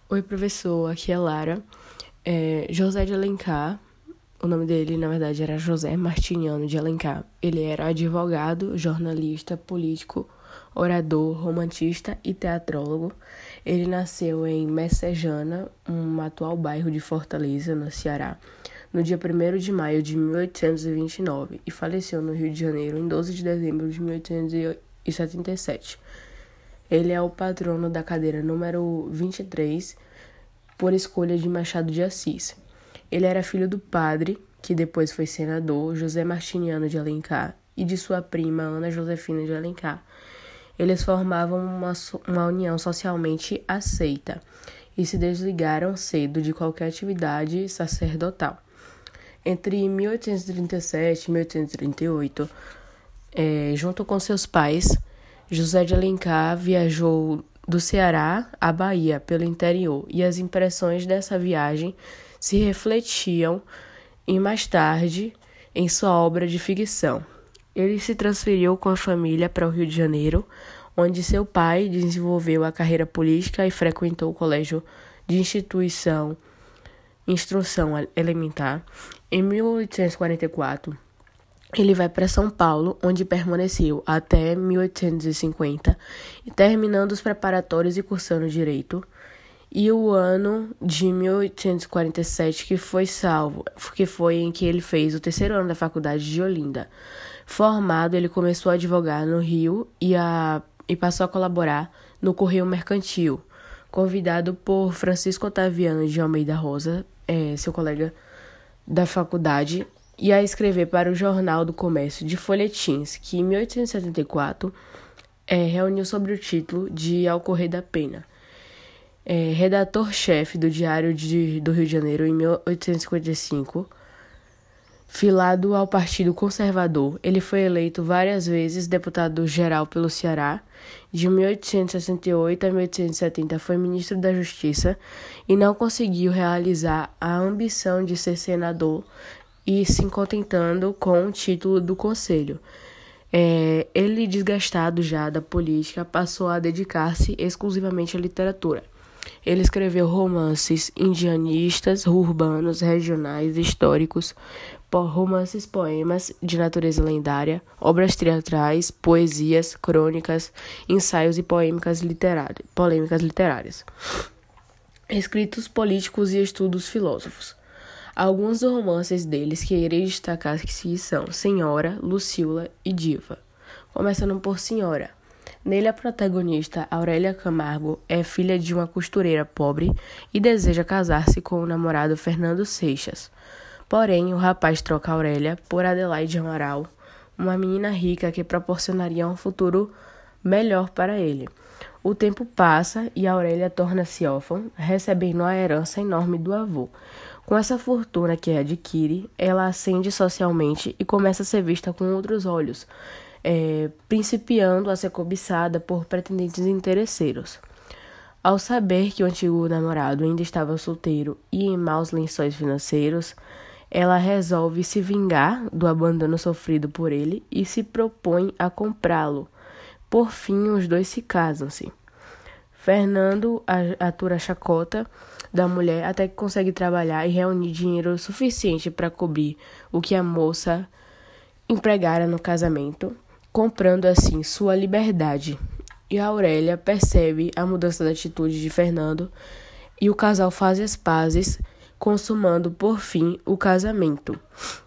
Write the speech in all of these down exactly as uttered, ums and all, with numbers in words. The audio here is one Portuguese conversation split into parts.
Oi, professor, aqui é Lara. É, José de Alencar, o nome dele, na verdade, era José Martiniano de Alencar. Ele era advogado, jornalista, político, orador, romantista e teatrólogo. Ele nasceu em Messejana, um atual bairro de Fortaleza, no Ceará, no dia primeiro de maio de mil oitocentos e vinte e nove e faleceu no Rio de Janeiro em doze de dezembro de mil oitocentos e setenta e sete. Ele é o patrono da cadeira número vinte e três, por escolha de Machado de Assis. Ele era filho do padre, que depois foi senador, José Martiniano de Alencar, e de sua prima Ana Josefina de Alencar. Eles formavam uma, uma união socialmente aceita e se desligaram cedo de qualquer atividade sacerdotal. Entre mil oitocentos e trinta e sete e mil oitocentos e trinta e oito, é, junto com seus pais, José de Alencar viajou do Ceará à Bahia, pelo interior, e as impressões dessa viagem se refletiam e mais tarde em sua obra de ficção. Ele se transferiu com a família para o Rio de Janeiro, onde seu pai desenvolveu a carreira política e frequentou o colégio de instituição, instrução elementar. Em mil oitocentos e quarenta e quatro, ele vai para São Paulo, onde permaneceu até mil oitocentos e cinquenta, terminando os preparatórios e cursando Direito. E o ano de mil oitocentos e quarenta e sete que foi salvo, que foi em que ele fez o terceiro ano da faculdade de Olinda. Formado, ele começou a advogar no Rio e, a, e passou a colaborar no Correio Mercantil, convidado por Francisco Otaviano de Almeida Rosa, é, seu colega da faculdade, e a escrever para o Jornal do Comércio de folhetins, que em mil oitocentos e setenta e quatro é, reuniu sob o título de Ao Correr da Pena. É, redator-chefe do Diário de, do Rio de Janeiro em mil oitocentos e cinquenta e cinco, filado ao Partido Conservador, ele foi eleito várias vezes deputado-geral pelo Ceará. De mil oitocentos e sessenta e oito a mil oitocentos e setenta foi ministro da Justiça e não conseguiu realizar a ambição de ser senador, e se contentando com o título do conselho. É, ele, desgastado já da política, passou a dedicar-se exclusivamente à literatura. Ele escreveu romances indianistas, urbanos, regionais, históricos, romances, poemas de natureza lendária, obras teatrais, poesias, crônicas, ensaios e polêmicas literárias. polêmicas literárias. Escritos políticos e estudos filósofos. Alguns dos romances deles que irei destacar que são Senhora, Lucila e Diva. Começando por Senhora. Nele, a protagonista, Aurélia Camargo, é filha de uma costureira pobre e deseja casar-se com o namorado Fernando Seixas. Porém, o rapaz troca Aurélia por Adelaide Amaral, uma menina rica que proporcionaria um futuro melhor para ele. O tempo passa e Aurélia torna-se órfã, recebendo a herança enorme do avô. Com essa fortuna que adquire, ela ascende socialmente e começa a ser vista com outros olhos, é, principiando a ser cobiçada por pretendentes interesseiros. Ao saber que o antigo namorado ainda estava solteiro e em maus lençóis financeiros, ela resolve se vingar do abandono sofrido por ele e se propõe a comprá-lo. Por fim, os dois se casam-se. Fernando atura a chacota da mulher até que consegue trabalhar e reunir dinheiro suficiente para cobrir o que a moça empregara no casamento, comprando assim sua liberdade. E a Aurélia percebe a mudança da atitude de Fernando e o casal faz as pazes, consumando por fim o casamento.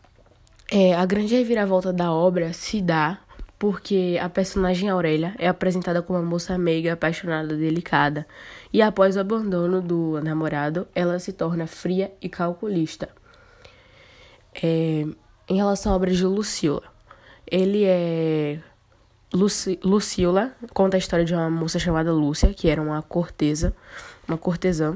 É, a grande reviravolta da obra se dá porque a personagem Aurélia é apresentada como uma moça meiga, apaixonada, delicada, e após o abandono do namorado, ela se torna fria e calculista. É, em relação à obra de Lucila, ele é... Luci, Lucila conta a história de uma moça chamada Lúcia, que era uma cortesa, uma cortesã.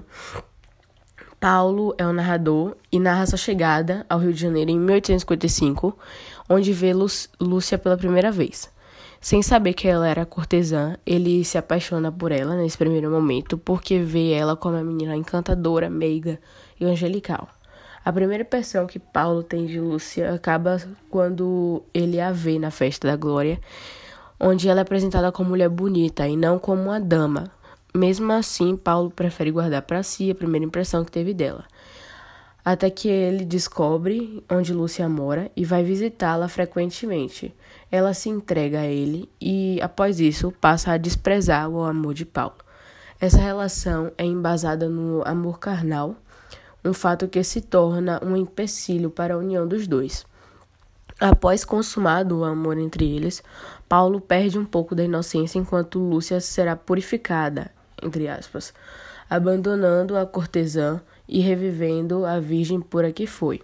Paulo é o narrador e narra sua chegada ao Rio de Janeiro em mil oitocentos e cinquenta e cinco, onde vê Lu- Lúcia pela primeira vez. Sem saber que ela era cortesã, ele se apaixona por ela nesse primeiro momento, porque vê ela como uma menina encantadora, meiga e angelical. A primeira impressão que Paulo tem de Lúcia acaba quando ele a vê na festa da Glória, onde ela é apresentada como mulher bonita e não como uma dama, Mesmo assim, Paulo prefere guardar para si a primeira impressão que teve dela. Até que ele descobre onde Lúcia mora e vai visitá-la frequentemente. Ela se entrega a ele e, após isso, passa a desprezar o amor de Paulo. Essa relação é embasada no amor carnal, um fato que se torna um empecilho para a união dos dois. Após consumado o amor entre eles, Paulo perde um pouco da inocência enquanto Lúcia será purificada, entre aspas, abandonando a cortesã e revivendo a virgem pura que foi.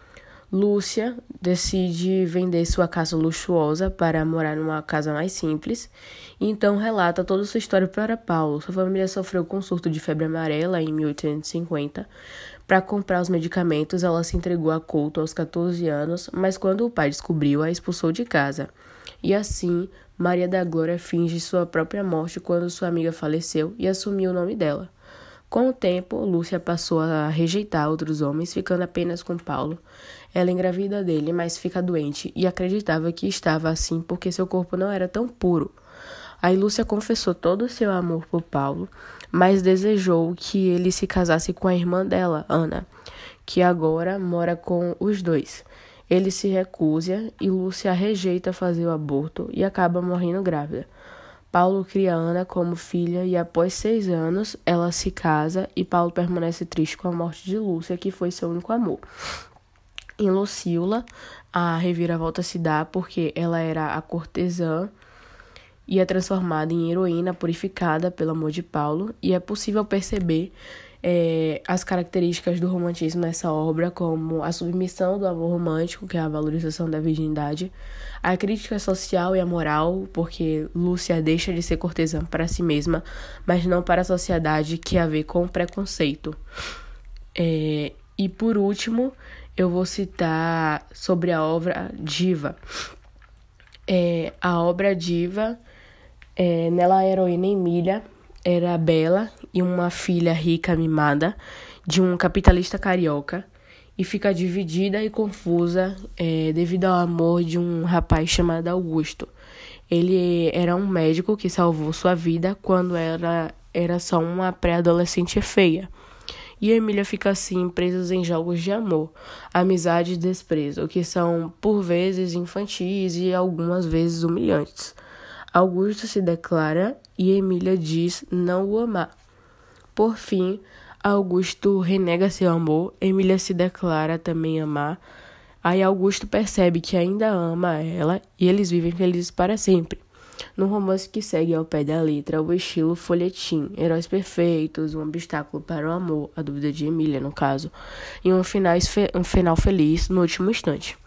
Lúcia decide vender sua casa luxuosa para morar numa casa mais simples e então relata toda sua história para Paulo. Sua família sofreu com um surto de febre amarela em mil oitocentos e cinquenta. Para comprar os medicamentos, ela se entregou a Couto aos catorze anos, mas quando o pai descobriu, a expulsou de casa. E assim, Maria da Glória finge sua própria morte quando sua amiga faleceu e assumiu o nome dela. Com o tempo, Lúcia passou a rejeitar outros homens, ficando apenas com Paulo. Ela engravida dele, mas fica doente e acreditava que estava assim porque seu corpo não era tão puro. Aí Lúcia confessou todo o seu amor por Paulo, mas desejou que ele se casasse com a irmã dela, Ana, que agora mora com os dois. Ele se recusa e Lúcia rejeita fazer o aborto e acaba morrendo grávida. Paulo cria Ana como filha e após seis anos ela se casa e Paulo permanece triste com a morte de Lúcia, que foi seu único amor. Em Lucíola, a reviravolta se dá porque ela era a cortesã e é transformada em heroína purificada pelo amor de Paulo, e é possível perceber é, as características do romantismo nessa obra, como a submissão do amor romântico, que é a valorização da virgindade, a crítica social e a moral, porque Lúcia deixa de ser cortesã para si mesma, mas não para a sociedade, que a vê com preconceito. É, e por último, eu vou citar sobre a obra Diva. É, a obra Diva, é, nela a heroína Emília era bela e uma filha rica mimada de um capitalista carioca e fica dividida e confusa é, devido ao amor de um rapaz chamado Augusto. Ele era um médico que salvou sua vida quando ela era só uma pré-adolescente feia. E Emília fica assim presa em jogos de amor, amizade e desprezo, que são por vezes infantis e algumas vezes humilhantes. Augusto se declara e Emília diz não o amar. Por fim, Augusto renega seu amor, Emília se declara também amar. Aí Augusto percebe que ainda ama ela e eles vivem felizes para sempre. No romance que segue ao pé da letra, o estilo folhetim, heróis perfeitos, um obstáculo para o amor, a dúvida de Emília no caso, e um final, um final feliz no último instante.